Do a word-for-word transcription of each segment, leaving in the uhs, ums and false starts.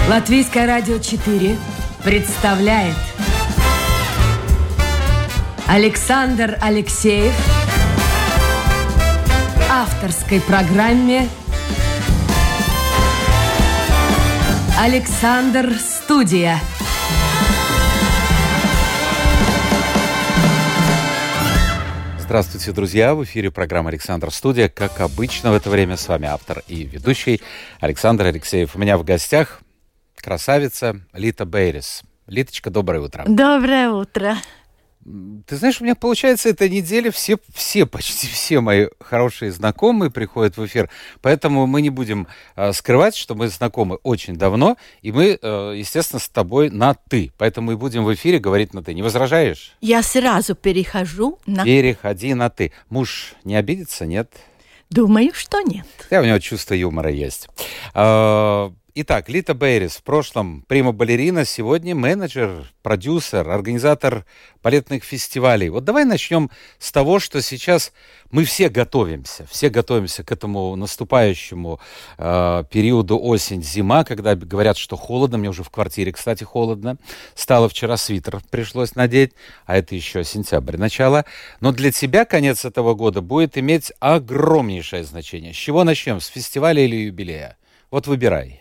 Латвийское радио четыре представляет Александр Алексеев в авторской программе «Александр Студия». Здравствуйте, друзья! В эфире программа «Александр Студия». Как обычно, в это время с вами автор и ведущий Александр Алексеев. У меня в гостях красавица Лита Бейрис. Литочка, доброе утро. Доброе утро. Ты знаешь, у меня получается, эта неделя все, все, почти все мои хорошие знакомые приходят в эфир, поэтому мы не будем э, скрывать, что мы знакомы очень давно, и мы, э, естественно, с тобой на «ты», поэтому мы будем в эфире говорить на «ты». Не возражаешь? Я сразу перехожу на Переходи на «ты». Муж не обидится, нет? Думаю, что нет. Да, у него чувство юмора есть. Э, Итак, Лита Бейрис, в прошлом прима-балерина, сегодня менеджер, продюсер, организатор балетных фестивалей. Вот давай начнем с того, что сейчас мы все готовимся, все готовимся к этому наступающему э, периоду осень-зима, когда говорят, что холодно, мне уже в квартире, кстати, холодно. Стало вчера свитер, пришлось надеть, а это еще сентябрь, начало. Но для тебя конец этого года будет иметь огромнейшее значение. С чего начнем, с фестиваля или юбилея? Вот выбирай.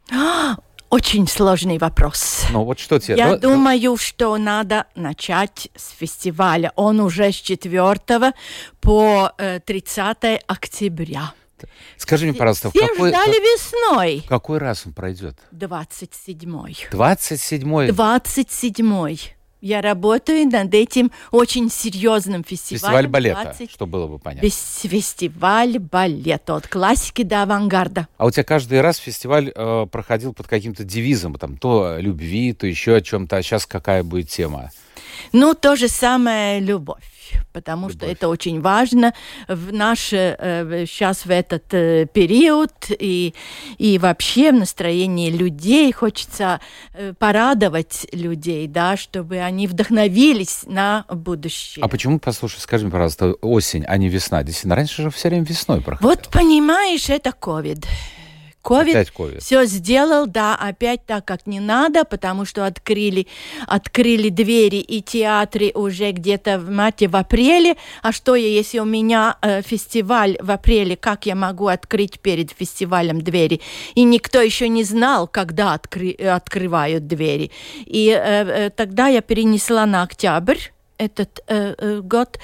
Очень сложный вопрос. Ну вот что тебе? Я ну, думаю, что надо начать с фестиваля. Он уже с четвёртого по тридцатого октября. Скажи мне, пожалуйста, все в какой, ждали весной. какой раз он пройдет? двадцать седьмой. двадцать седьмой? двадцать седьмой. Я работаю над этим очень серьезным фестивалем. Фестиваль балета, двадцать чтобы было бы понятно. Фестиваль балета. От классики до авангарда. А у тебя каждый раз фестиваль э, проходил под каким-то девизом, там, то о любви, то еще о чем-то. А сейчас какая будет тема? Ну, то же самое любовь. Потому Любовь. что это очень важно в наш, э, сейчас в этот э, период и, и вообще в настроении людей хочется э, порадовать людей, да, чтобы они вдохновились на будущее. А почему, послушай, скажи мне, пожалуйста, осень, а не весна? Действительно, раньше же все время весной проходило. Вот понимаешь, это ковид. Ковид все сделал, да, опять так, как не надо, потому что открыли, открыли двери и театры уже где-то в марте, в апреле. А что, если у меня э, фестиваль в апреле, как я могу открыть перед фестивалем двери? И никто еще не знал, когда откры, открывают двери. И э, э, тогда я перенесла на октябрь этот э, э, год.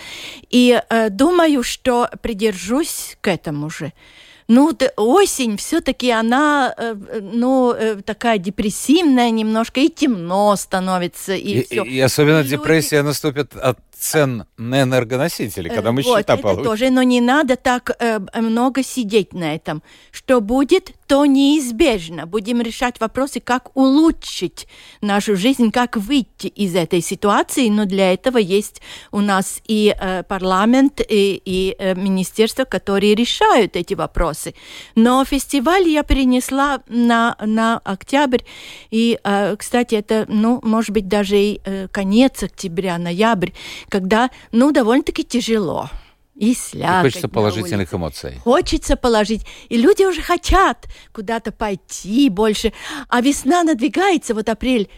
И э, думаю, что придержусь к этому же. Ну, осень все-таки она, ну, такая депрессивная немножко, и темно становится, и, и все. И, и особенно и депрессия люди... наступит от цен на энергоносители, когда мы вот, счета это получим. тоже, но не надо так э, много сидеть на этом. Что будет, то неизбежно. Будем решать вопросы, как улучшить нашу жизнь, как выйти из этой ситуации. Но для этого есть у нас и э, парламент, и, и э, министерство, которые решают эти вопросы. Но фестиваль я перенесла на, на октябрь. И, э, кстати, это, ну, может быть, даже и э, конец октября, ноябрь, когда, ну, довольно-таки тяжело. И слякоть. Хочется положительных эмоций. Хочется положить. И люди уже хотят куда-то пойти больше. А весна надвигается, вот апрель,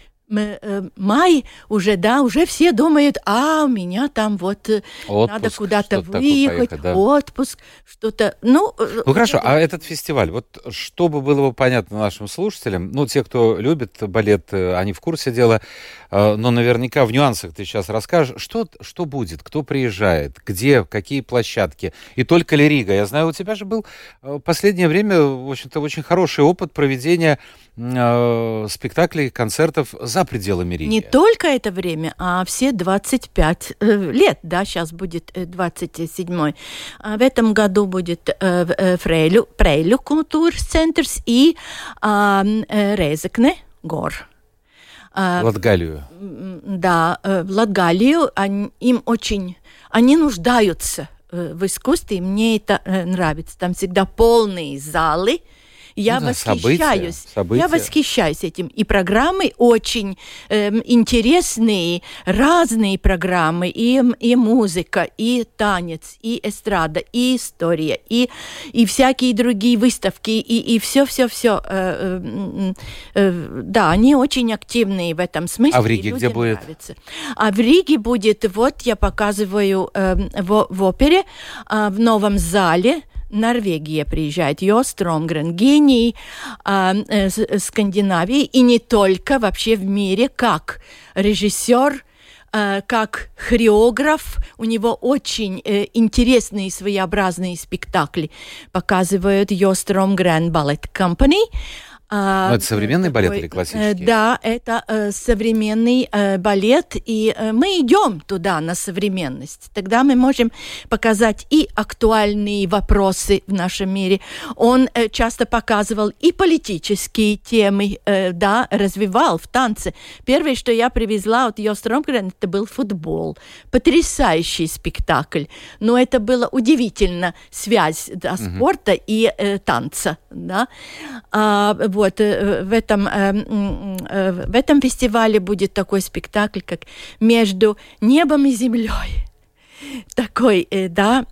май уже, да, уже все думают, а у меня там вот отпуск, надо куда-то выехать, поехать, да. Отпуск, что-то, ну... Ну, хорошо, а этот фестиваль, вот чтобы было бы понятно нашим слушателям, ну, те, кто любит балет, они в курсе дела, но наверняка в нюансах ты сейчас расскажешь, что, что будет, кто приезжает, где, какие площадки, и только ли Рига? Я знаю, у тебя же был в последнее время, в общем-то, очень хороший опыт проведения э, спектаклей, концертов за пределами Риги. Не только это время, а все двадцать пять э, лет, да, сейчас будет э, двадцать седьмой. А в этом году будет э, э, Фрейлю, Фрейлю Культурцентр и э, э, Резекне гор. Латгалию. Да, в Латгалию они, им очень, они нуждаются в искусстве, и мне это нравится. Там всегда полные залы, Я ну, да, восхищаюсь. События, события. Я восхищаюсь этим. И программы очень э, интересные, разные программы. И, и музыка, и танец, и эстрада, и история, и, и всякие другие выставки, и, и все-все-все. Э, э, э, да, они очень активные в этом смысле. А в Риге где будет? Нравится. А в Риге будет, вот я показываю э, в, в опере, э, в новом зале. Норвегия приезжает, Йост Ромгрен, гений э, э, Скандинавии, и не только вообще в мире, как режиссер, э, как хореограф. У него очень э, интересные своеобразные спектакли показывают Йост Ромгрен Ballet Company. Но это современный такой, балет или классический? Да, это э, современный э, балет, и э, мы идем туда на современность. Тогда мы можем показать и актуальные вопросы в нашем мире. Он э, часто показывал и политические темы, э, да, развивал в танце. Первое, что я привезла от Йост Ромгрен, это был футбол. Потрясающий спектакль. Но это было удивительно, связь да, угу. спорта и э, танца. Да. А, Вот, в этом, в этом фестивале будет такой спектакль, как «Между небом и землей». Такой, да,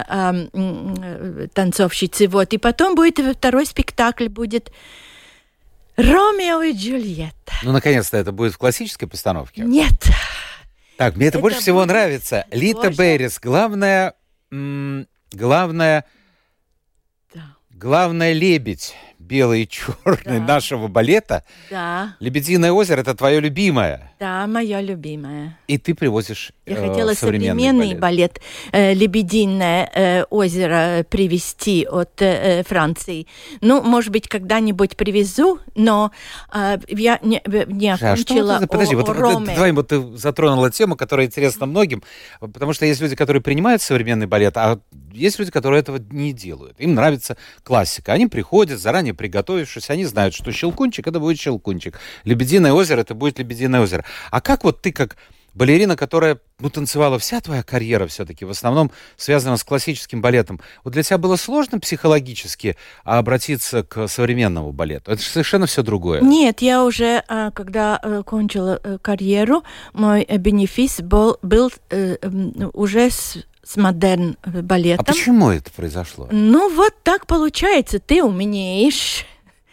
танцовщицы. Вот. И потом будет второй спектакль, будет «Ромео и Джульетта». Ну, наконец-то это будет в классической постановке? Нет. Так, мне это, это больше всего будет... нравится. Лита Боже. Бейрис, главная, м- главная, да. главная лебедь. Белый и черный да. нашего балета. Да. «Лебединое озеро» — это твое любимое. Да, мое любимое. И ты привозишь Я э, хотела современный, современный балет, балет э, «Лебединое э, озеро» привезти от э, Франции. Ну, может быть, когда-нибудь привезу, но э, я не, не окончила а Подожди, о, вот, о вот, давай, вот ты затронула тему, которая интересна многим, потому что есть люди, которые принимают современный балет, а есть люди, которые этого не делают. Им нравится классика. Они приходят, заранее приготовившись, они знают, что «Щелкунчик» — это будет «Щелкунчик». «Лебединое озеро» — это будет «Лебединое озеро». А как вот ты, как балерина, которая, ну, танцевала, вся твоя карьера все-таки в основном связана с классическим балетом, вот для тебя было сложно психологически обратиться к современному балету? Это же совершенно все другое. Нет, я уже, когда кончила карьеру, мой бенефис был, был уже с с модерн балетом. А почему это произошло? Ну, вот так получается. Ты умеешь,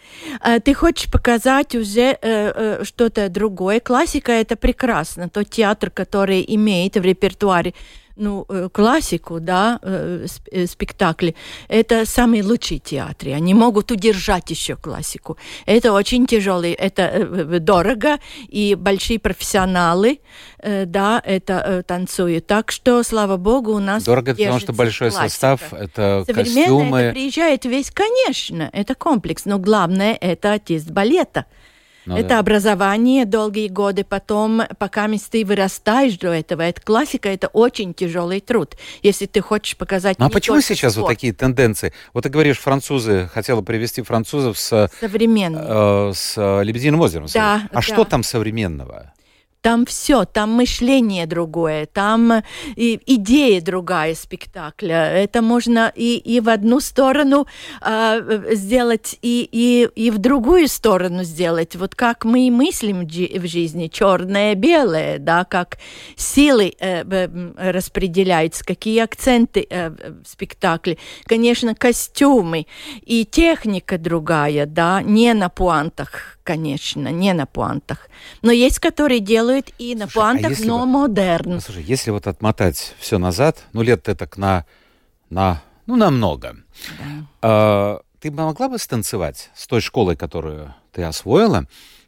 ты хочешь показать уже э, что-то другое. Классика — это прекрасно. Тот театр, который имеет в репертуаре ну, классику, да, спектакли, это самые лучшие театры. Они могут удержать еще классику. Это очень тяжело, это дорого, и большие профессионалы, да, это танцуют. Так что, слава богу, у нас дорого, потому что большой классика. Состав, это современное, костюмы. Это приезжает весь, конечно, это комплекс, но главное, это артист балета. Ну, это да. образование долгие годы, потом, пока ты вырастаешь до этого, это классика, это очень тяжелый труд, если ты хочешь показать... Ну, а почему сейчас спорт. Вот такие тенденции? Вот ты говоришь, французы, хотела привести французов с... Современным. Э, с «Лебединым озером». Да, а да. что там современного? Там все, там мышление другое, там и, идея другая спектакля. Это можно и, и в одну сторону э, сделать, и, и, и в другую сторону сделать. Вот как мы мыслим в жизни, черное, белое, да, как силы э, распределяются, какие акценты э, в спектакле. Конечно, костюмы и техника другая, да, не на пуантах. Конечно, не на пуантах. Но есть, которые делают и на слушай, пуантах, а но вот, модерн. Ну, слушай, если вот отмотать все назад, ну, лет так на, на, ну, на много, да. а, ты бы могла бы станцевать с той школой, которую ты освоила,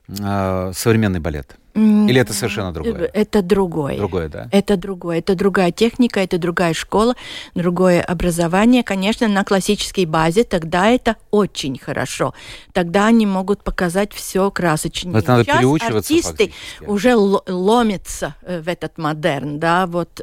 а, современный балет? Или это совершенно другое? Это другое. Другое, да? Это другое. Это другая техника, это другая школа, другое образование. Конечно, на классической базе тогда это очень хорошо. Тогда они могут показать все красочнее. Это надо сейчас переучиваться артисты фактически. Уже ломятся в этот модерн, да, вот...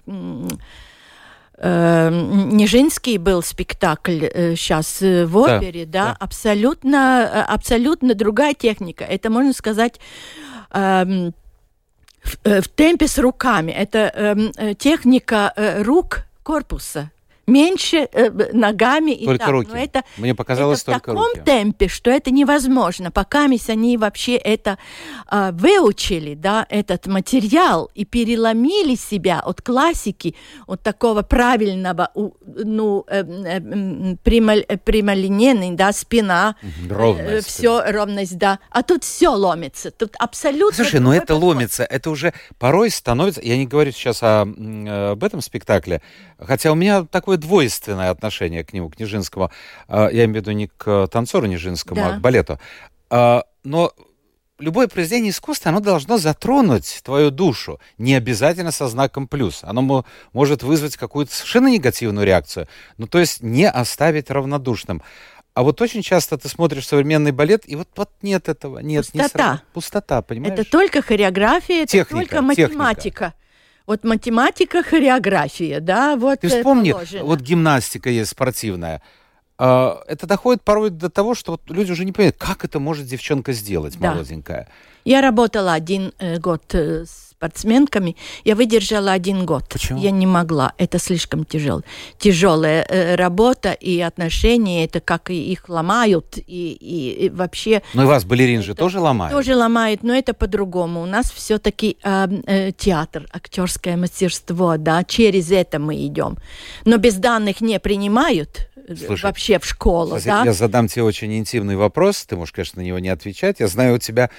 Нижинский был спектакль сейчас в опере, да, да, да. Абсолютно, абсолютно другая техника. Это, можно сказать, эм, в, в темпе с руками. Это эм, техника э, рук корпуса. меньше э, ногами. Только и так. руки. Но это, Мне показалось это только руки. в таком темпе, что это невозможно. Пока они вообще это э, выучили, да, этот материал, и переломили себя от классики, от такого правильного, ну, э, э, прямол, прямолинейной, да, спина. Ровность. Э, все, ровность, да. А тут все ломится. Тут абсолютно... Слушай, ну это ломится. Это уже порой становится... Я не говорю сейчас о, об этом спектакле, хотя у меня такое двойственное отношение к нему, к Нижинскому. Я имею в виду не к танцору Нижинскому, да. а к балету. Но любое произведение искусства, оно должно затронуть твою душу. Не обязательно со знаком плюс. Оно может вызвать какую-то совершенно негативную реакцию. Ну, то есть не оставить равнодушным. А вот очень часто ты смотришь современный балет, и вот, вот нет этого. Нет, пустота. Не сразу. Пустота, понимаешь? Это только хореография, это техника, только математика. Техника. Вот математика, хореография, да, вот. Ты вспомни, положено. Вот гимнастика есть спортивная. Это доходит порой до того, что вот люди уже не понимают, как это может девчонка сделать, да. молоденькая. Я работала один э, год э, с спортсменками, я выдержала один год. Почему? Я не могла, это слишком тяжело. Тяжелая э, работа и отношения, это как и их ломают, и, и, и вообще... Ну и вас, балерин же, тоже ломают? Тоже ломают, но это по-другому. У нас все-таки э, э, театр, актерское мастерство, да, через это мы идем. Но без данных не принимают. Слушай, вообще в школу, сейчас да? Я задам тебе очень интимный вопрос, ты можешь, конечно, на него не отвечать. Я знаю, у тебя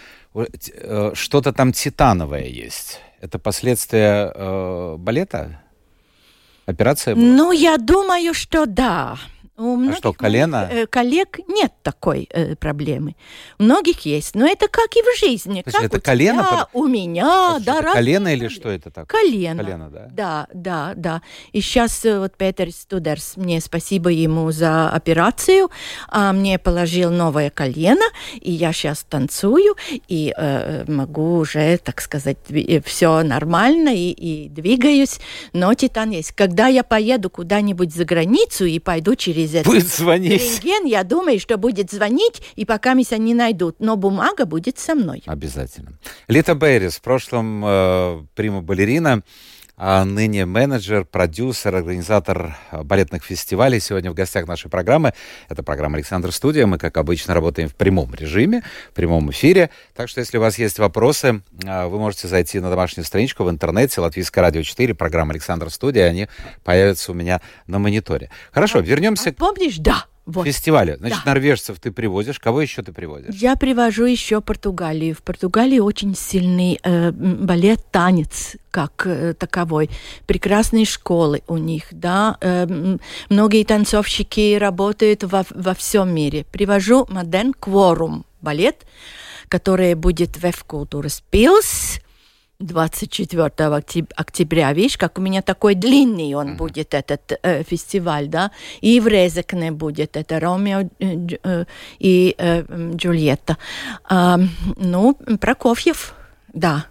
что-то там титановое есть. Это последствия э, балета? Операция была? Ну, я думаю, что да. У а что, колено? Моих, э, коллег нет такой э, проблемы. У многих есть, но это как и в жизни. То как это у колено? тебя, под... у меня, это да. Это колено или что это такое? Колено. Колено, да? Да, да, да. И сейчас вот Петер Студерс, мне спасибо ему за операцию, а мне положил новое колено, и я сейчас танцую, и э, могу уже, так сказать, все нормально, и, и двигаюсь, но титан есть. Когда я поеду куда-нибудь за границу и пойду через будет звонить. Рентген, я думаю, что будет звонить, и пока меня не найдут. Но бумага будет со мной. Обязательно. Лита Бейрис, в прошлом э, прима-балерина, а ныне менеджер, продюсер, организатор балетных фестивалей. Сегодня в гостях нашей программы. Это программа «Александр Студия». Мы, как обычно, работаем в прямом режиме, в прямом эфире. Так что, если у вас есть вопросы, вы можете зайти на домашнюю страничку в интернете Латвийское радио четыре, программа «Александр Студия». Они появятся у меня на мониторе. Хорошо, а, вернемся а помнишь, да. Вот. Фестивалю. Значит, да. норвежцев ты привозишь. Кого еще ты привозишь? Я привожу еще Португалию. В Португалии очень сильный э, балет, танец как э, таковой. Прекрасные школы у них, да. Э, многие танцовщики работают во, во всем мире. Привожу Модерн Кворум балет, который будет в F-Kultūras Pils. двадцать четвёртого октября, видишь, как у меня такой длинный он mm-hmm. будет, этот э, фестиваль, да, и в Резекне будет, это Ромео э, э, и э, Джульетта. А, ну, Прокофьев, да.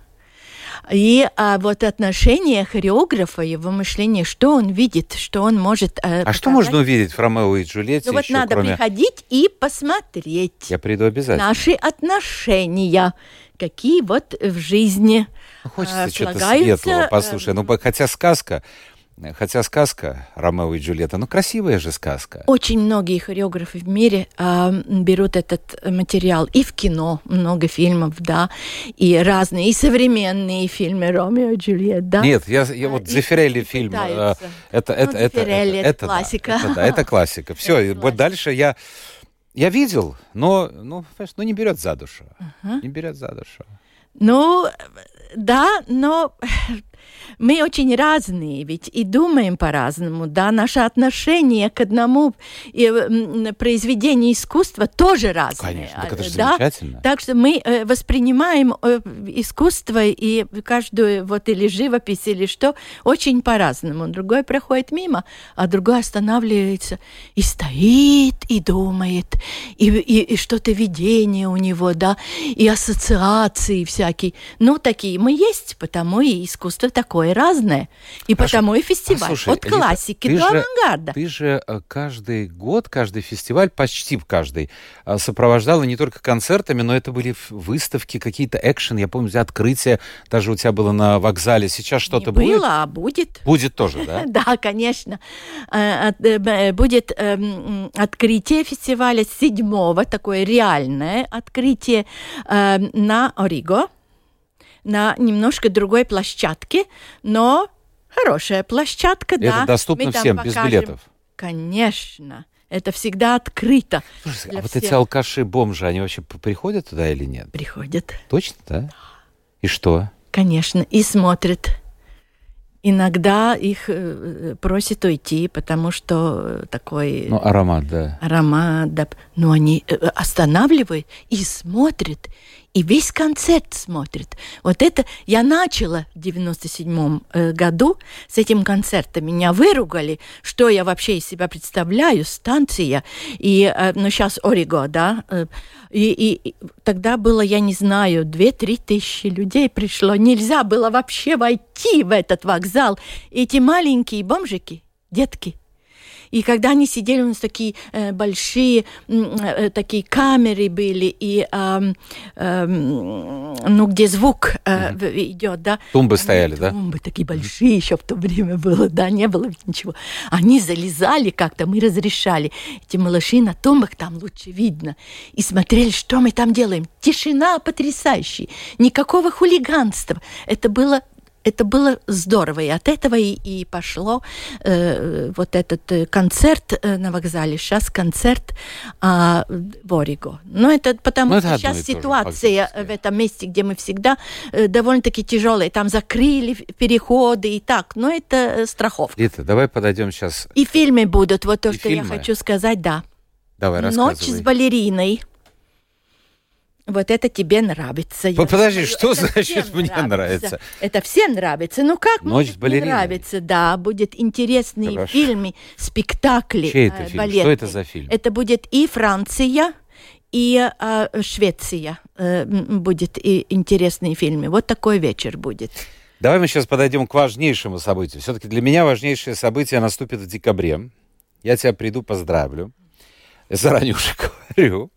И а, вот отношение хореографа, его мышление, что он видит, что он может э, А показать. что можно увидеть в Ромео и Джульетте? Ну вот еще, надо кроме... приходить и посмотреть. Я приду обязательно. Наши отношения, какие вот в жизни ну, хочется э, что-то светлого, послушай. Ну, хотя сказка, хотя сказка Ромео и Джульетта, ну, красивая же сказка. Очень многие хореографы в мире э, берут этот материал и в кино, много фильмов, да, и разные, и современные фильмы Ромео и Джульетта, да. Нет, я, я вот Дзефирелли фильм, э, это, это, ну, это, это, это, это классика. Да, это, да, это классика. Все, вот дальше я... Я видел, но, ну, ну, не берет за душу. Uh-huh. Не берет за душу. Ну, да, но мы очень разные ведь и думаем по-разному, да, наше отношение к одному произведению искусства тоже разное. Конечно, так это же да? замечательно. Так что мы э, воспринимаем э, искусство и каждую вот или живопись, или что, очень по-разному. Другой проходит мимо, а другой останавливается и стоит, и думает, и, и, и что-то видение у него, да, и ассоциации всякие. Ну, такие мы есть, потому и искусство искусство такое разное. И Хорошо. Потому и фестиваль. Послушай, от классики Лита, до же, авангарда. Ты же каждый год, каждый фестиваль, почти каждый, сопровождала не только концертами, но это были выставки, какие-то экшен. Я помню, открытие даже у тебя было на вокзале. Сейчас что-то не будет? Было, а будет. Будет тоже, да? Да, конечно. Будет открытие фестиваля седьмого, такое реальное открытие на Ориго, на немножко другой площадке, но хорошая площадка, это да. Это доступно всем, покажем. Без билетов? Конечно. Это всегда открыто. Слушай, а вот всех. Эти алкаши-бомжи, они вообще приходят туда или нет? Приходят. Точно, да? И что? Конечно, и смотрят. Иногда их э, просят уйти, потому что такой... Ну, аромат, да. Аромат, да. Но они э, останавливают и смотрят, и весь концерт смотрят. Вот это я начала в девяносто седьмом э, году с этим концертом. Меня выругали, что я вообще из себя представляю, станция. И, э, ну, сейчас Ориго, да. Э, и, и, и тогда было, я не знаю, две-три тысячи людей пришло. Нельзя было вообще войти в этот вокзал. Эти маленькие бомжики, детки. И когда они сидели, у нас такие э, большие э, такие камеры были, и э, э, ну, где звук э, mm-hmm. идет, да. Тумбы они, стояли, тумбы, да? Тумбы такие большие еще в то время было, да, не было ничего. Они залезали как-то, мы разрешали. Эти малыши на тумбах, там лучше видно. И смотрели, что мы там делаем. Тишина потрясающая, никакого хулиганства. Это было... Это было здорово, и от этого и, и пошло э, вот этот э, концерт э, на вокзале. Сейчас концерт э, в Ориго. Но это потому, ну, что сейчас ситуация тоже, в этом месте, где мы всегда, э, довольно-таки тяжелая. Там закрыли переходы и так. Но это э, страховка. Рита, давай подойдем сейчас. И фильмы будут. Вот то, и что фильмы? Я хочу сказать, да. Давай, рассказывай. «Ночь с балериной». Вот это тебе нравится. Подожди, что это значит мне нравится? нравится? Это всем нравится. Ну как «Ночь с балериной»? Нравится, да. Будет интересный Хорошо. Фильм, спектакли. Чей это фильм? Балетный. Что это за фильм? Это будет и Франция, и э, Швеция. Э, будет и интересные фильмы. Вот такой вечер будет. Давай мы сейчас подойдем к важнейшему событию. Все-таки для меня важнейшее событие наступит в декабре. Я тебя приду, поздравлю. Я заранее уже говорю.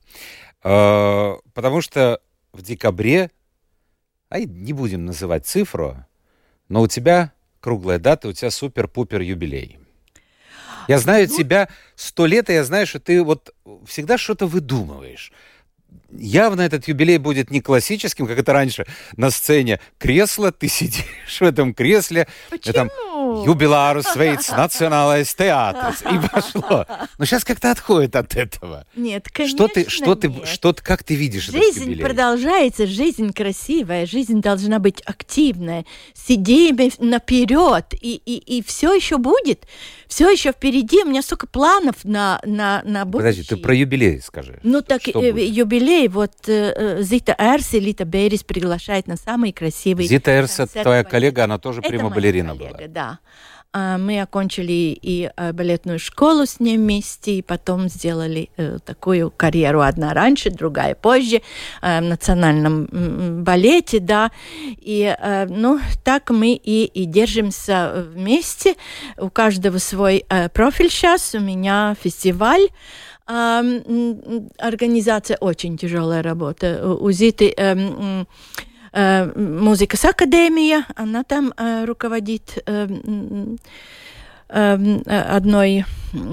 Потому что в декабре, а не будем называть цифру, но у тебя круглая дата, у тебя супер-пупер юбилей. Я знаю ну... тебя сто лет, и я знаю, что ты вот всегда что-то выдумываешь. Явно этот юбилей будет не классическим, как это раньше на сцене. Кресло, ты сидишь в этом кресле. Почему? Там, юбиларус Швейц националайс театрс. И пошло. Но сейчас как-то отходит от этого. Нет, конечно, что ты, что ты, нет. Что ты, как ты видишь жизнь этот юбилей? Жизнь продолжается, жизнь красивая, жизнь должна быть активная. Сидим наперед, и, и, и все еще будет. Все еще впереди. У меня столько планов на, на, на будущее. Подожди, ты про юбилей скажи. Ну так, э, юбилей. Вот э, Зита Эрс и Лита Бейрис приглашает на самые красивые... Зита Эрс, твоя коллега, она тоже прима-балерина была. была. Да. А мы окончили и балетную школу с ней вместе, и потом сделали э, такую карьеру. Одна раньше, другая позже, э, в национальном м, балете, да. И, э, ну, так мы и, и держимся вместе. У каждого свой э, профиль сейчас. У меня фестиваль. Uh, организация очень тяжелая работа. У Зиты uh, uh, музыка академия, она там uh, руководит uh, uh, одной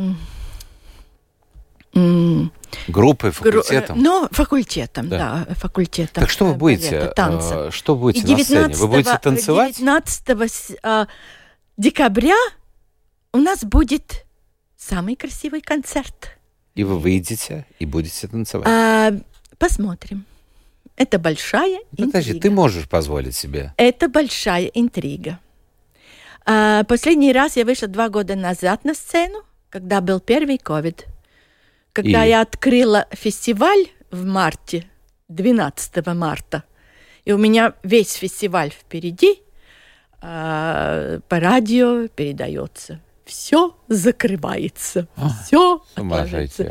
uh, группой, факультетом. Гру... Ну, факультетом, да, да факультетом. Так что вы будете? Танца. Что будете на сцене? Вы будете танцевать? девятнадцатого декабря у нас будет самый красивый концерт. И вы выйдете и будете танцевать? А, посмотрим. Это большая интрига. Подожди, ты можешь позволить себе? Это большая интрига. А, последний раз я вышла два года назад на сцену, когда был первый ковид. Когда и... я открыла фестиваль в марте, двенадцатого марта, и у меня весь фестиваль впереди, а, по радио передается. Все закрывается, все открывается.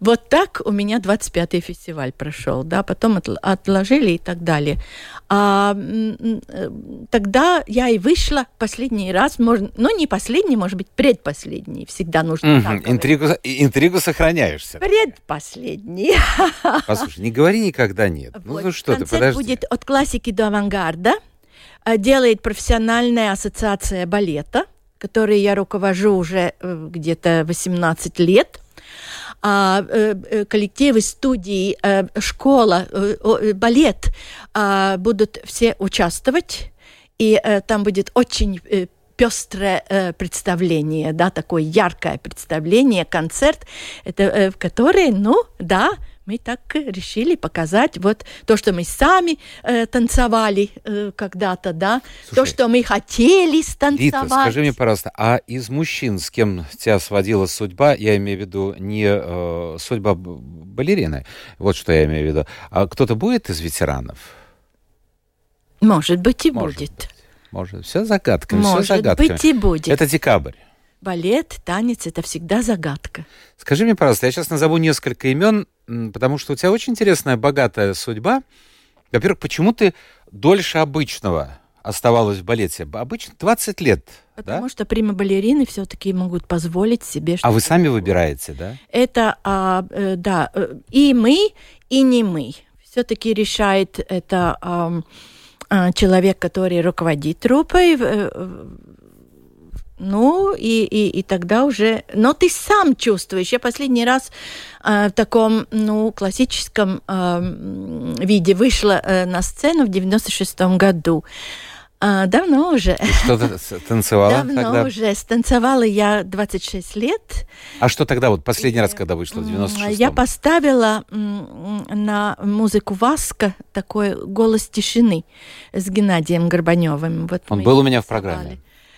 Вот так у меня двадцать пятый фестиваль прошел, да, потом отложили и так далее. А, тогда я и вышла последний раз, может, ну не последний, может быть, предпоследний, всегда нужно угу, так интригу, интригу сохраняешься. Предпоследний. Послушай, не говори никогда нет. Вот. Ну, ну что ты, подожди. Будет от классики до авангарда, делает профессиональная ассоциация балета, которой я руковожу уже где-то восемнадцать лет. А, э, коллективы, студии, э, школа, э, балет э, будут все участвовать, и э, там будет очень э, пестрое э, представление, да, такое яркое представление, концерт, это, э, в который, ну, да, мы так решили показать вот то, что мы сами э, танцевали э, когда-то, да, Слушай, то, что мы хотели станцевать. Рита, скажи мне, пожалуйста, а из мужчин, с кем тебя сводила судьба, я имею в виду не э, судьба балерины, вот что я имею в виду, а кто-то будет из ветеранов? Может быть и Может будет. Быть. Может, все загадками, Может все загадками. быть и будет. Это декабрь. Балет, танец – это всегда загадка. Скажи мне, пожалуйста, я сейчас назову несколько имен, потому что у тебя очень интересная, богатая судьба. Во-первых, почему ты дольше обычного оставалась в балете? Обычно двадцать лет, Потому да? что прима-балерины все-таки могут позволить себе... А вы сами выбираете, да? Это, а, э, да, и мы, и не мы. Все-таки решает это а, а, человек, который руководит труппой. Ну, и, и, и тогда уже... Но ты сам чувствуешь. Я последний раз э, в таком, ну, классическом э, виде вышла э, на сцену в девяносто шестом году. Э, давно уже. И что ты танцевала давно тогда? Давно уже. Станцевала я двадцать шесть лет. А что тогда, вот последний и, раз, когда вышла в девяносто шестом? Я поставила м, на музыку Васка такой «Голос тишины» с Геннадием Горбаневым. Вот Он был у меня в программе.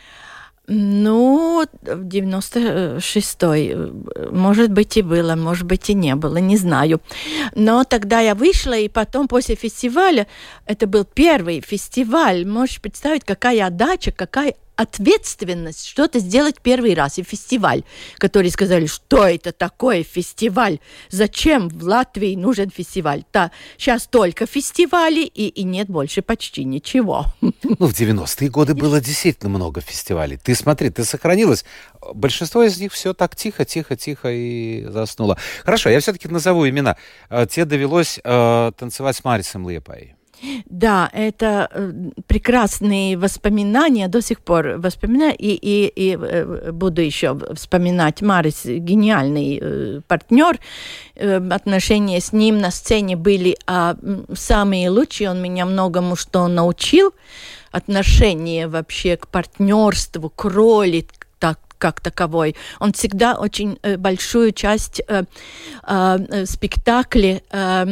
Ну, в девяносто шестой, может быть, и было, может быть, и не было, не знаю. Но тогда я вышла, и потом после фестиваля, это был первый фестиваль, можешь представить, какая отдача, какая ответственность что-то сделать первый раз. И фестиваль, которые сказали, что это такое фестиваль, зачем в Латвии нужен фестиваль. Да, сейчас только фестивали, и, и нет больше почти ничего. Ну, в девяностые годы было действительно много фестивалей. Ты смотри, ты сохранилась. Большинство из них все так тихо, тихо, тихо и заснуло. Хорошо, я все-таки назову имена. Тебе довелось э, танцевать с Марисом Лиепай. Да, это э, прекрасные воспоминания, до сих пор воспоминания, и, и, и э, буду еще вспоминать. Марис гениальный э, партнер, э, отношения с ним на сцене были а, самые лучшие, он меня многому что научил, отношение вообще к партнерству, к роли, так, как таковой. Он всегда очень э, большую часть э, э, спектакля э,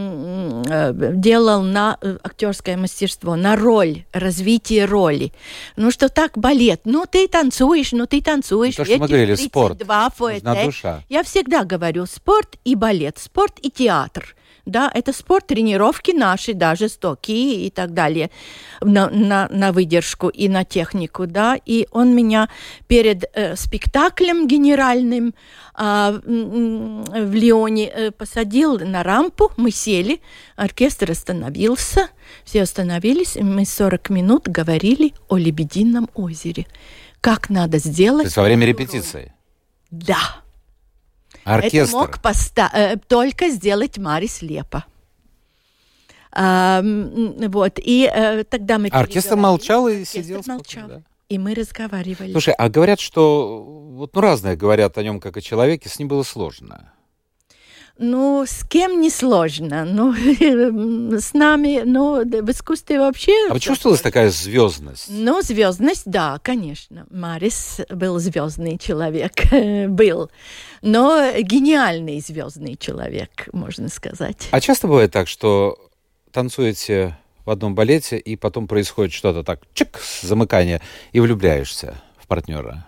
э, делал на э, актерское мастерство, на роль, развитие роли. Ну что так, балет, ну ты танцуешь, ну ты танцуешь. То, что мы говорили, спорт, нужна душа. Я всегда говорю, спорт и балет, спорт и театр. Да, это спорт, тренировки наши, да, жестокие и так далее, на, на, на выдержку и на технику, да, и он меня перед э, спектаклем генеральным э, в Лионе э, посадил на рампу, мы сели, оркестр остановился, все остановились, и мы сорок минут говорили о Лебедином озере, как надо сделать. То есть во время репетиции? Да. Оркестр. Это мог поста- э, только сделать Марис Лиепа. А, вот, и э, тогда мы Оркестр молчал и Оркестр сидел молчал, да? И мы разговаривали. Слушай, а говорят, что... Вот, ну, разное говорят о нем, как о человеке, с ним было сложно. Ну, с кем не сложно. Ну, с нами, ну, в искусстве вообще... А чувствовалась такая звездность? Ну, звездность, да, конечно. Марис был звездный человек, был. Но гениальный звездный человек, можно сказать. А часто бывает так, что танцуете в одном балете, и потом происходит что-то так, чик, замыкание, и влюбляешься в партнера?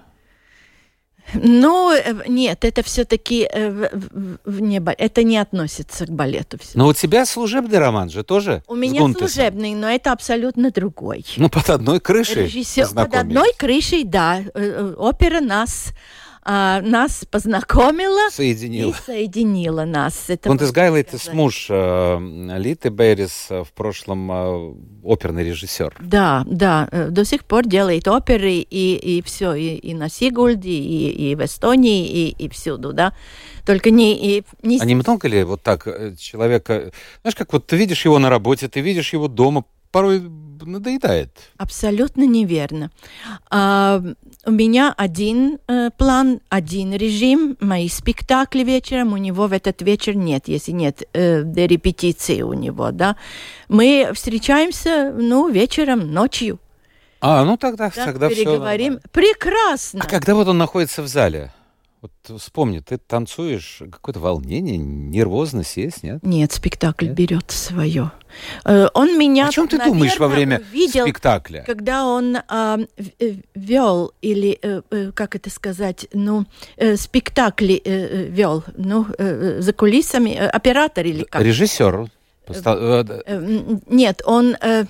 Ну, нет, это все-таки не, это не относится к балету. Все. Но у тебя служебный роман же тоже У меня служебный, но это абсолютно другой. Ну, под одной крышей Режиссер, под одной крышей, да. Опера нас а, нас познакомила соединила. и соединила нас. Кунтес Гайлайтис муж Литы Бэрис, в прошлом оперный режиссер. Да, да, до сих пор делает оперы и, и все, и, и на Сигульде, и, и в Эстонии, и, и всюду, да. Только не... И, не... А не много ли вот так человека... Знаешь, как вот ты видишь его на работе, ты видишь его дома, порой надоедает. Абсолютно неверно. А, у меня один э, план, один режим, мои спектакли вечером, у него в этот вечер нет, если нет э, репетиции у него, да. Мы встречаемся, ну, вечером, ночью. А, ну тогда, да, тогда все переговорим. Прекрасно. А когда вот он находится в зале? Вот вспомни, ты танцуешь, какое-то волнение, нервозность есть, нет? Нет, спектакль нет? берет свое. Э, он меня, о чем ты наверное, думаешь во время видел, спектакля? Когда он э, вел, или, э, как это сказать, ну, э, спектакли э, вел, ну, э, за кулисами, э, оператор или как? Режиссер. Э, э, нет, он... Э,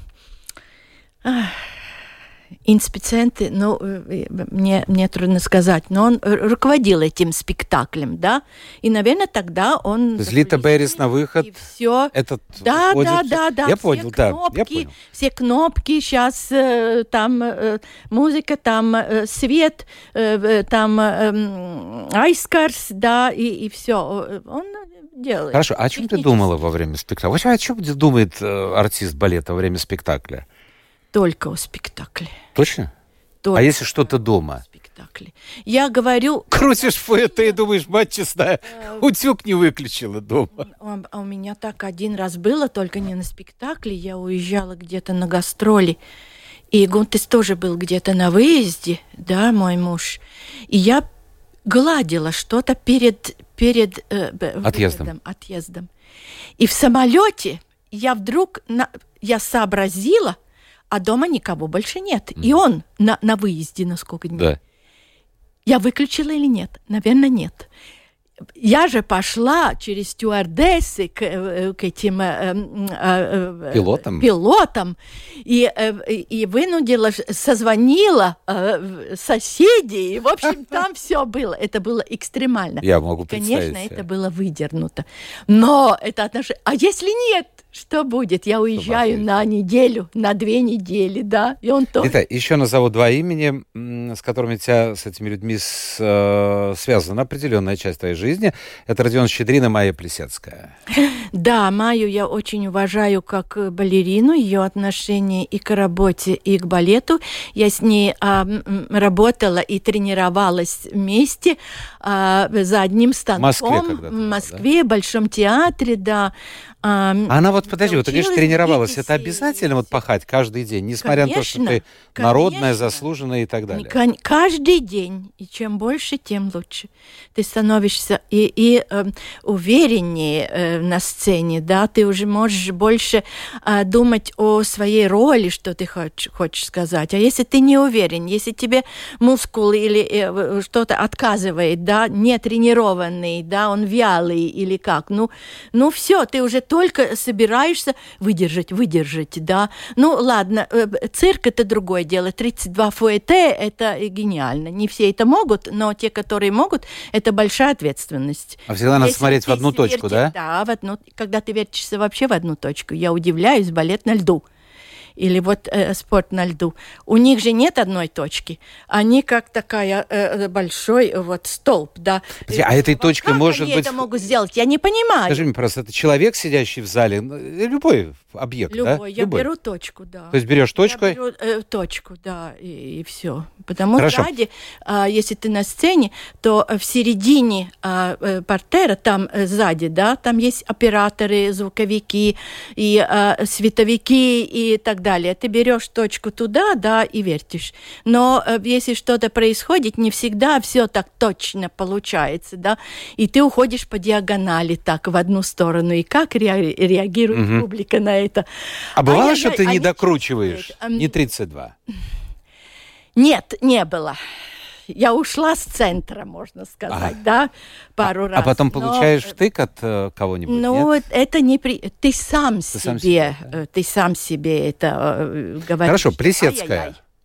э, инспициенты, ну, мне, мне трудно сказать, но он руководил этим спектаклем, да, и, наверное, тогда он... То есть Лита Бэрис на выход, все. Этот да, да, да, да, я все понял, кнопки, да, я понял. Все кнопки, сейчас э, там э, музыка, там э, свет, э, там э, айскарс, да, и, и все, он делает. Хорошо, а о чем ты думала во время спектакля? О чем думает э, артист балета во время спектакля? Только о спектакле. Точно? Только а если что-то дома? Спектакли. Я говорю... Крутишь фуэте и думаешь, мать честная, утюг не выключила дома. А, а у меня так один раз было, только не на спектакле. Я уезжала где-то на гастроли. И Гунтес тоже был где-то на выезде, да, мой муж. И я гладила что-то перед, перед э, отъездом. Выходом, отъездом. И в самолете я вдруг... На, я сообразила, а дома никого больше нет. Mm. И он на, на выезде на сколько дней. Да. Я выключила или нет? Наверное, нет. Я же пошла через стюардессы к, к этим э, э, пилотам. пилотам и, э, и вынудила, созвонила э, соседей. В общем, там все было. Это было экстремально. Я могу представить. Конечно, это было выдернуто. Но это отношение... А если нет? Что будет? Я уезжаю на неделю, на две недели, да, и он тоже. Итак, еще назову два имени, с которыми тебя, с этими людьми с, э, связана определенная часть твоей жизни. Это Родион Щедрин и Майя Плисецкая. Да, Майю я очень уважаю как балерину, ее отношение и к работе, и к балету. Я с ней а, работала и тренировалась вместе а, за одним станком. В Москве когда-то. В Москве, да? В Большом театре, да. А она вот, подожди, вот ты говоришь, тренировалась. Это обязательно вот пахать каждый день, несмотря конечно, на то, что ты народная, конечно. Заслуженная и так далее? Каждый день. И чем больше, тем лучше. Ты становишься и, и э, увереннее э, на сцене, да, ты уже можешь больше э, думать о своей роли, что ты хочешь, хочешь сказать. А если ты не уверен, если тебе мускул или э, что-то отказывает, да, не тренированный, да, он вялый или как, ну, ну все, ты уже только собираешься выдержать, выдержать, да. Ну, ладно, цирк — это другое дело. тридцать два фуэте — это гениально. Не все это могут, но те, которые могут, это большая ответственность. А всегда надо Если смотреть в одну точку, вертишь, да? Да, в одну, когда ты вертишься вообще в одну точку. Я удивляюсь, балет на льду. Или вот э, спорт на льду. У них же нет одной точки. Они как такая э, большой вот столб, да. Подожди, а этой точкой как может они быть... это могут сделать? Я не понимаю. Скажи мне просто, это человек, сидящий в зале, любой объект, любой. да? Я любой. беру точку, да. То есть берешь точку? Я беру э, точку, да, и, и все. Потому Хорошо. что сзади, э, если ты на сцене, то в середине э, э, портера, там э, сзади, да, там есть операторы, звуковики, и э, световики и так далее. Ты берешь точку туда, да, и вертишь. Но э, если что-то происходит, не всегда все так точно получается, да, и ты уходишь по диагонали так в одну сторону. И как ре- реагирует угу. публика на это? А бывало, а что я, ты я, не они докручиваешь? чувствуют. Не тридцать два? Нет, не было. Я ушла с центра, можно сказать, а. да, пару а, раз. А потом получаешь но... втык от э, кого-нибудь, Ну, нет? это не... При... Ты сам ты себе, сам себе, да? ты сам себе это э, говоришь. Хорошо, Плисецкая. Ай-яй-яй.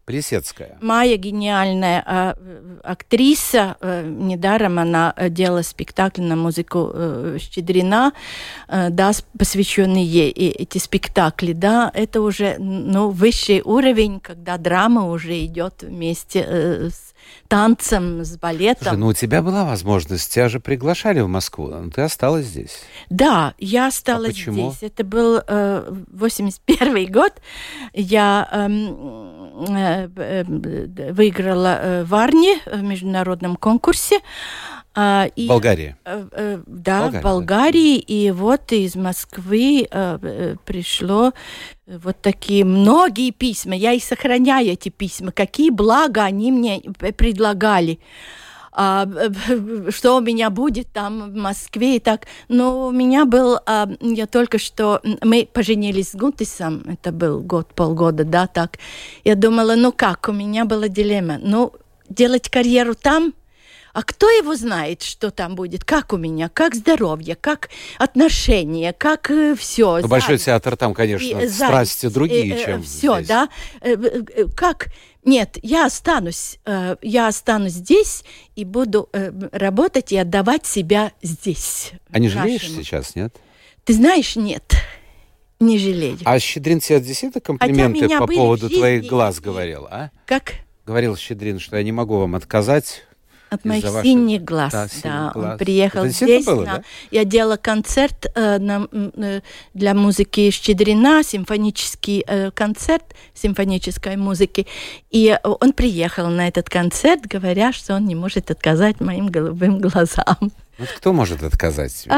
Плесецкая. Моя гениальная э, актриса, э, недаром она делала спектакль на музыку э, Щедрина, э, да, посвященные ей эти спектакли, да, это уже, ну, высший уровень, когда драма уже идет вместе э, с танцем, с балетом. Слушай, ну у тебя была возможность, тебя же приглашали в Москву, но ты осталась здесь. Да, я осталась а почему? здесь. Это был э, восемьдесят первый год. Я э, э, выиграла э, в Варне в международном конкурсе. Uh, в Болгарии? Uh, uh, да, Болгария, в Болгарии. Да. И вот из Москвы uh, пришло вот такие многие письма. Я и сохраняю эти письма. Какие блага они мне предлагали. Uh, что у меня будет там в Москве и так. Но у меня был... Uh, я только что... Мы поженились с Гунтисом. Это был год, полгода, да, так. Я думала, ну как? У меня была дилемма. Ну, делать карьеру там... А кто его знает, что там будет? Как у меня? Как здоровье? Как отношения? Как э, все? Ну, Большой театр, там, конечно, и, страсти зависть, другие, э, чем все, здесь. Да? Э, э, как? Нет, я останусь. Э, я останусь здесь и буду э, работать и отдавать себя здесь. А не жалеешь нашему. Сейчас, нет? Ты знаешь, нет. Не жалею. А Щедрин тебе действительно комплименты по поводу твоих глаз и... говорил, а? Как? Говорил Щедрин, что я не могу вам отказать. От моих ваших... синих глаз, да, да. Глаз. Он приехал это здесь. Было, на... да? Я делала концерт э, на, э, для музыки Щедрина, симфонический э, концерт симфонической музыки. И он приехал на этот концерт, говоря, что он не может отказать моим голубым глазам. Вот кто может отказать тебе?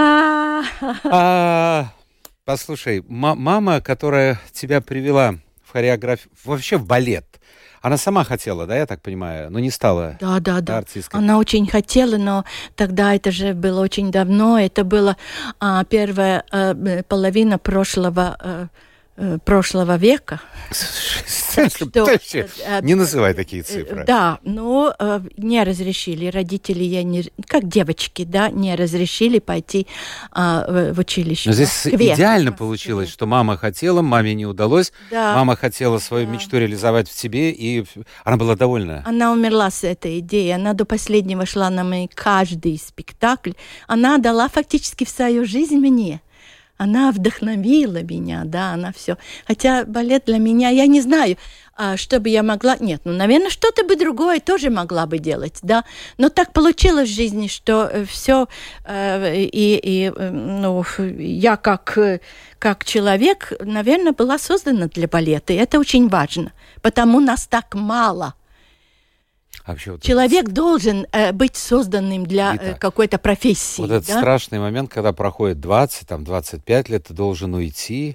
Послушай, мама, которая тебя привела в хореографию, вообще в балет, она сама хотела, да, я так понимаю, но не стала да, да, да. артисткой? Она очень хотела, но тогда это же было очень давно. Это была а, первая а, половина прошлого, а, прошлого века. Не называй такие цифры. Да, но не разрешили. Родители, я не, как девочки, да, не разрешили пойти в училище. Но здесь идеально получилось, что мама хотела, маме не удалось. Мама хотела свою мечту реализовать в тебе, и она была довольна. Она умерла с этой идеей. Она до последнего шла на мой каждый спектакль. Она дала фактически свою жизнь мне. Она вдохновила меня, да, она все. Хотя балет для меня, я не знаю, что бы я могла... Нет, ну, наверное, что-то бы другое тоже могла бы делать, да. Но так получилось в жизни, что все... И, и ну, я как, как человек, наверное, была создана для балета. И это очень важно, потому нас так мало. А вот человек это... должен э, быть созданным для э, какой-то профессии. Вот этот да? страшный момент, когда проходит двадцать, там, двадцать пять лет, ты должен уйти.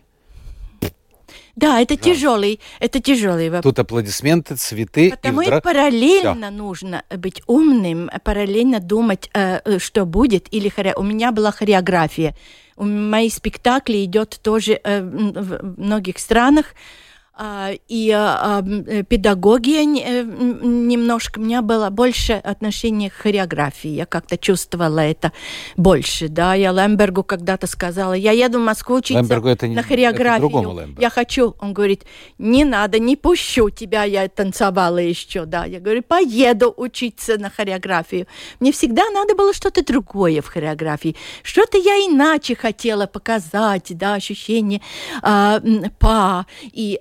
Да, это Жалко. тяжелый, это тяжелый вопрос. Тут аплодисменты, цветы. Потому и, вдра... и параллельно Всё. нужно быть умным, параллельно думать, э, что будет. Или хоре... У меня была хореография. У моих спектаклей идет тоже э, в многих странах. И педагогия немножко, у меня было больше отношение к хореографии, я как-то чувствовала это больше, да, я Лембергу когда-то сказала, я еду в Москву учиться это не, на хореографию, я хочу, он говорит, не надо, не пущу тебя, я танцевала еще, да, я говорю, поеду учиться на хореографию, мне всегда надо было что-то другое в хореографии, что-то я иначе хотела показать, да, ощущение а, па, и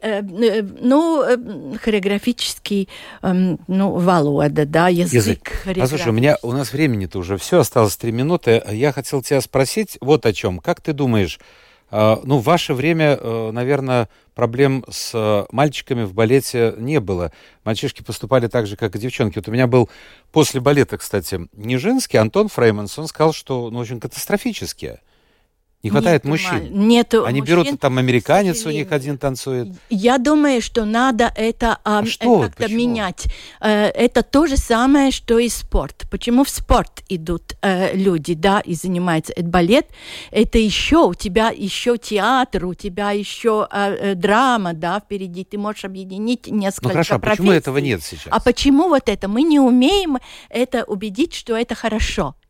ну, хореографический, ну, Волода, да, язык. язык. Послушай, у меня, у нас времени-то уже все, осталось три минуты. Я хотел тебя спросить вот о чем. Как ты думаешь, ну, в ваше время, наверное, проблем с мальчиками в балете не было. Мальчишки поступали так же, как и девчонки. Вот у меня был после балета, кстати, Нижинский, Антон Фрейманс, он сказал, что, ну, очень катастрофически. Не хватает Нет, мужчин. Нету Они мужчин, берут, там американец у них один танцует. Я думаю, что надо это а, что? как-то Почему? менять. Это то же самое, что и спорт. Почему в спорт идут э, люди, да, и занимаются? Это балет. Это еще у тебя еще театр, у тебя еще э, драма, да, впереди. Ты можешь объединить несколько Ну хорошо, профессий. почему этого нет сейчас? А почему вот это? Мы не умеем это убедить, что это хорошо.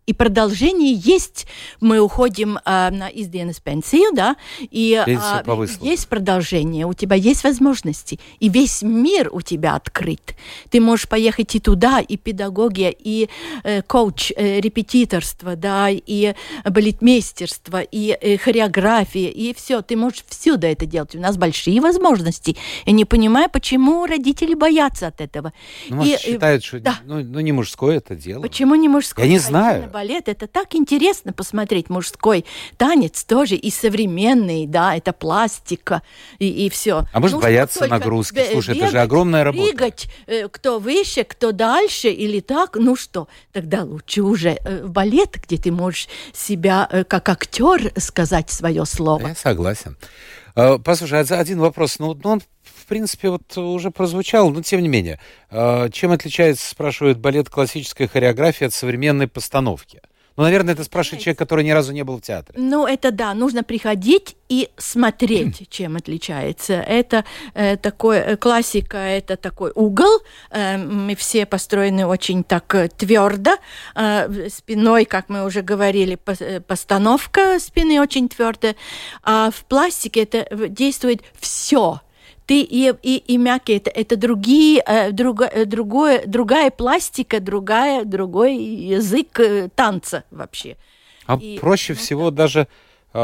И продолжение есть. Мы уходим э, на изденную пенсию, да, и э, есть продолжение. У тебя есть возможности. И весь мир у тебя открыт. Ты можешь поехать и туда, и педагогия, и э, коуч, э, репетиторство, да, и балетмейстерство, и э, хореография, и все. Ты можешь всюду это делать. У нас большие возможности. Я не понимаю, почему родители боятся от этого. Ну, может, и, считают, что да. ну, ну, не мужское это дело. Почему не мужское? Я не знаю. Балет, это так интересно посмотреть мужской танец тоже, и современный, да, это пластика, и, и все. А может, ну, боятся нагрузки? Б- Слушай, бегать, это же огромная работа. Бегать, э, кто выше, кто дальше, или так, ну что, тогда лучше уже э, балет, где ты можешь себя э, как актер сказать свое слово. Я согласен. Э, послушай, один вопрос, ну, он, в принципе, вот уже прозвучал, но тем не менее. Э, чем отличается, спрашивают, балет классической хореографии от современной постановки? Ну, наверное, это спрашивает человек, который ни разу не был в театре. Ну, это да, нужно приходить и смотреть, чем отличается. Это э, такой, э, классика, это такой угол, э, мы все построены очень так э, твердо, э, спиной, как мы уже говорили, по, э, постановка спины очень твердая, а в пластике это действует все. Ты и, и, и мягкие, это, это другие, э, друго, другое, другая пластика, другая, другой язык э, танца вообще. А и, проще ну, всего да. даже э,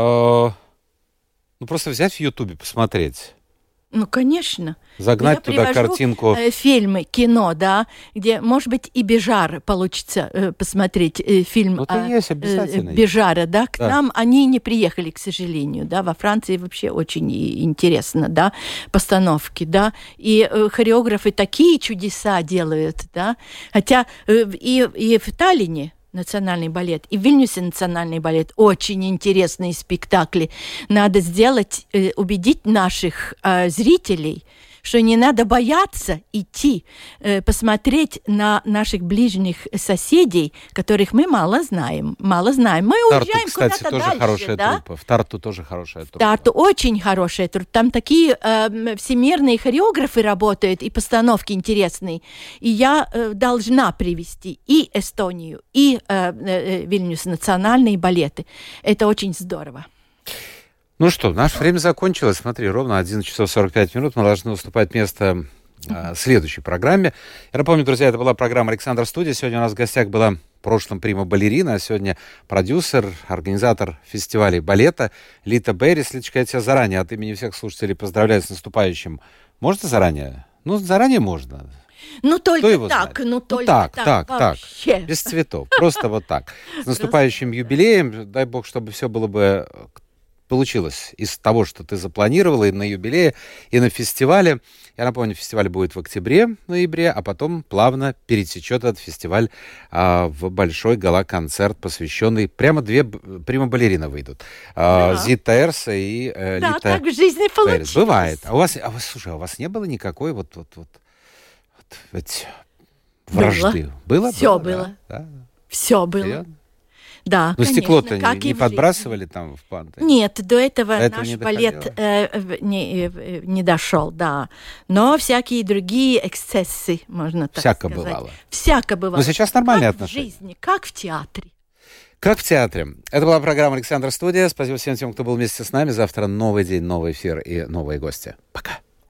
ну, просто взять в Ютубе, посмотреть. Ну, конечно. Загнать я туда картинку. Э, фильмы, кино, да, где, может быть, и Бежар получится э, посмотреть э, фильм ну, э, есть, обязательно э, Бежара, да. К да. нам они не приехали, к сожалению, да. Во Франции вообще очень интересно, да, постановки, да. И э, хореографы такие чудеса делают, да. Хотя э, и, и в Таллине национальный балет, и в Вильнюсе национальный балет. Очень интересные спектакли. Надо сделать, э, убедить наших э, зрителей, что не надо бояться идти, э, посмотреть на наших ближних соседей, которых мы мало знаем. Мало знаем. Мы Тарту, уезжаем кстати, куда-то тоже дальше. Хорошая да? труппа. В Тарту тоже хорошая труппа. Тарту очень хорошая труппа. Там такие э, всемирные хореографы работают, и постановки интересные. И я э, должна привести и Эстонию, и э, э, Вильнюс национальные балеты. Это очень здорово. Ну что, наше время закончилось. Смотри, ровно одиннадцать часов сорок пять минут. Мы должны уступать место а, следующей программе. Я напомню, друзья, это была программа «Александр Студия». Сегодня у нас в гостях была в прошлом прима-балерина, а сегодня продюсер, организатор фестивалей балета Лита Беррис. Литочка, я тебя заранее от имени всех слушателей поздравляю с наступающим. Можно заранее? Ну, заранее можно. Ну, только так, ну, только ну, так, так, так, вообще. так, без цветов, просто вот так. С наступающим юбилеем, дай бог, чтобы все было бы... получилось из того, что ты запланировала и на юбилее, и на фестивале. Я напомню, фестиваль будет в октябре-ноябре, а потом плавно перетечет этот фестиваль а, в большой гала-концерт, посвященный... Прямо две прима-балерины выйдут. А, да. Зита Эрса и э, да, Лита так в жизни получилось. Бывает. А у вас, а вас, слушай, а у вас не было никакой вот, вот, вот, вот ведь вражды? Было? Было? Все было. было. Да? Все было. Серьезно? Да, но конечно, стекло-то как не, не подбрасывали там в панты? Нет, до этого, до этого наш не балет э, не, э, не дошел, да. Но всякие другие эксцессы, можно так Всяко сказать. бывало. Всяко бывало. Но сейчас нормальные как отношения. В жизни, как в театре. Как в театре. Это была программа «Александр Студия». Спасибо всем тем, кто был вместе с нами. Завтра новый день, новый эфир и новые гости. Пока.